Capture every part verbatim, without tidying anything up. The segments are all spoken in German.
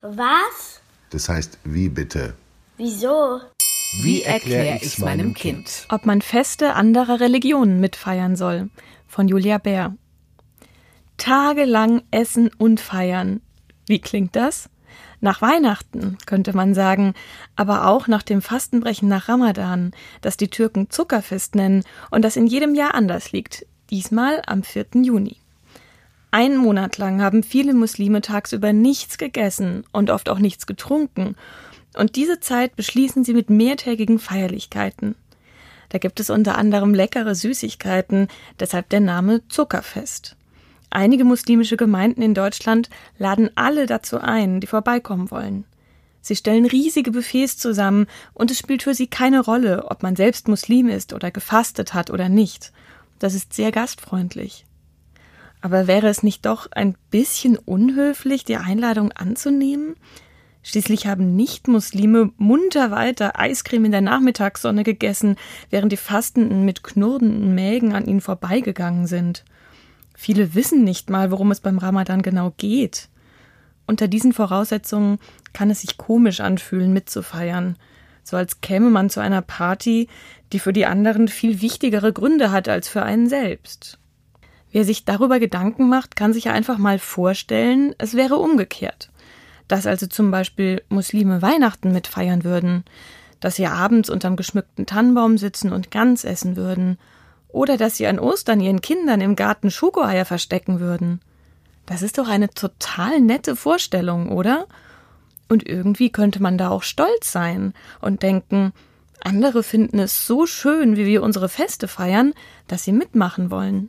Was? Das heißt, wie bitte? Wieso? Wie erkläre ich's meinem Kind? Ob man Feste anderer Religionen mitfeiern soll, von Julia Bär. Tagelang essen und feiern. Wie klingt das? Nach Weihnachten, könnte man sagen, aber auch nach dem Fastenbrechen nach Ramadan, das die Türken Zuckerfest nennen und das in jedem Jahr anders liegt, diesmal am vierten Juni. Einen Monat lang haben viele Muslime tagsüber nichts gegessen und oft auch nichts getrunken. Und diese Zeit beschließen sie mit mehrtägigen Feierlichkeiten. Da gibt es unter anderem leckere Süßigkeiten, deshalb der Name Zuckerfest. Einige muslimische Gemeinden in Deutschland laden alle dazu ein, die vorbeikommen wollen. Sie stellen riesige Buffets zusammen und es spielt für sie keine Rolle, ob man selbst Muslim ist oder gefastet hat oder nicht. Das ist sehr gastfreundlich. Aber wäre es nicht doch ein bisschen unhöflich, die Einladung anzunehmen? Schließlich haben Nicht-Muslime munter weiter Eiscreme in der Nachmittagssonne gegessen, während die Fastenden mit knurrenden Mägen an ihnen vorbeigegangen sind. Viele wissen nicht mal, worum es beim Ramadan genau geht. Unter diesen Voraussetzungen kann es sich komisch anfühlen, mitzufeiern. So als käme man zu einer Party, die für die anderen viel wichtigere Gründe hat als für einen selbst. Wer sich darüber Gedanken macht, kann sich ja einfach mal vorstellen, es wäre umgekehrt. Dass also zum Beispiel Muslime Weihnachten mitfeiern würden, dass sie abends unterm geschmückten Tannenbaum sitzen und Gans essen würden, oder dass sie an Ostern ihren Kindern im Garten Schokoeier verstecken würden. Das ist doch eine total nette Vorstellung, oder? Und irgendwie könnte man da auch stolz sein und denken, andere finden es so schön, wie wir unsere Feste feiern, dass sie mitmachen wollen.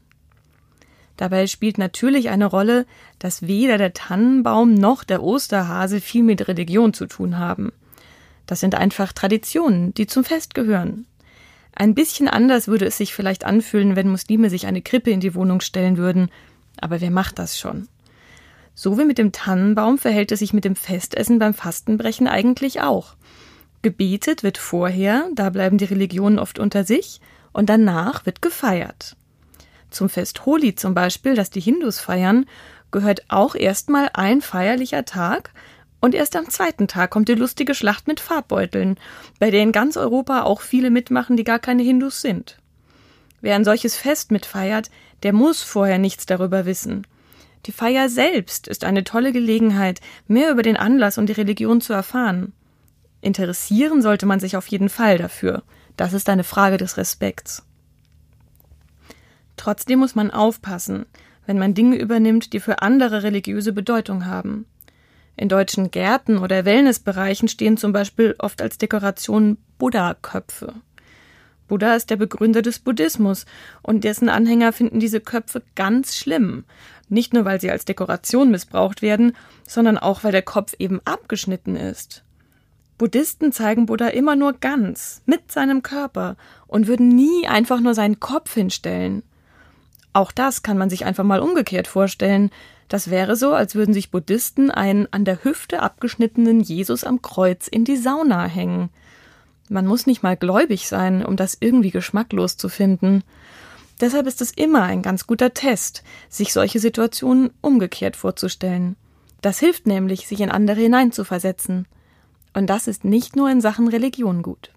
Dabei spielt natürlich eine Rolle, dass weder der Tannenbaum noch der Osterhase viel mit Religion zu tun haben. Das sind einfach Traditionen, die zum Fest gehören. Ein bisschen anders würde es sich vielleicht anfühlen, wenn Muslime sich eine Krippe in die Wohnung stellen würden, aber wer macht das schon? So wie mit dem Tannenbaum verhält es sich mit dem Festessen beim Fastenbrechen eigentlich auch. Gebetet wird vorher, da bleiben die Religionen oft unter sich, und danach wird gefeiert. Zum Fest Holi zum Beispiel, das die Hindus feiern, gehört auch erstmal ein feierlicher Tag und erst am zweiten Tag kommt die lustige Schlacht mit Farbbeuteln, bei der in ganz Europa auch viele mitmachen, die gar keine Hindus sind. Wer ein solches Fest mitfeiert, der muss vorher nichts darüber wissen. Die Feier selbst ist eine tolle Gelegenheit, mehr über den Anlass und die Religion zu erfahren. Interessieren sollte man sich auf jeden Fall dafür. Das ist eine Frage des Respekts. Trotzdem muss man aufpassen, wenn man Dinge übernimmt, die für andere religiöse Bedeutung haben. In deutschen Gärten oder Wellnessbereichen stehen zum Beispiel oft als Dekoration Buddha-Köpfe. Buddha ist der Begründer des Buddhismus und dessen Anhänger finden diese Köpfe ganz schlimm. Nicht nur, weil sie als Dekoration missbraucht werden, sondern auch, weil der Kopf eben abgeschnitten ist. Buddhisten zeigen Buddha immer nur ganz, mit seinem Körper und würden nie einfach nur seinen Kopf hinstellen. Auch das kann man sich einfach mal umgekehrt vorstellen. Das wäre so, als würden sich Buddhisten einen an der Hüfte abgeschnittenen Jesus am Kreuz in die Sauna hängen. Man muss nicht mal gläubig sein, um das irgendwie geschmacklos zu finden. Deshalb ist es immer ein ganz guter Test, sich solche Situationen umgekehrt vorzustellen. Das hilft nämlich, sich in andere hineinzuversetzen. Und das ist nicht nur in Sachen Religion gut.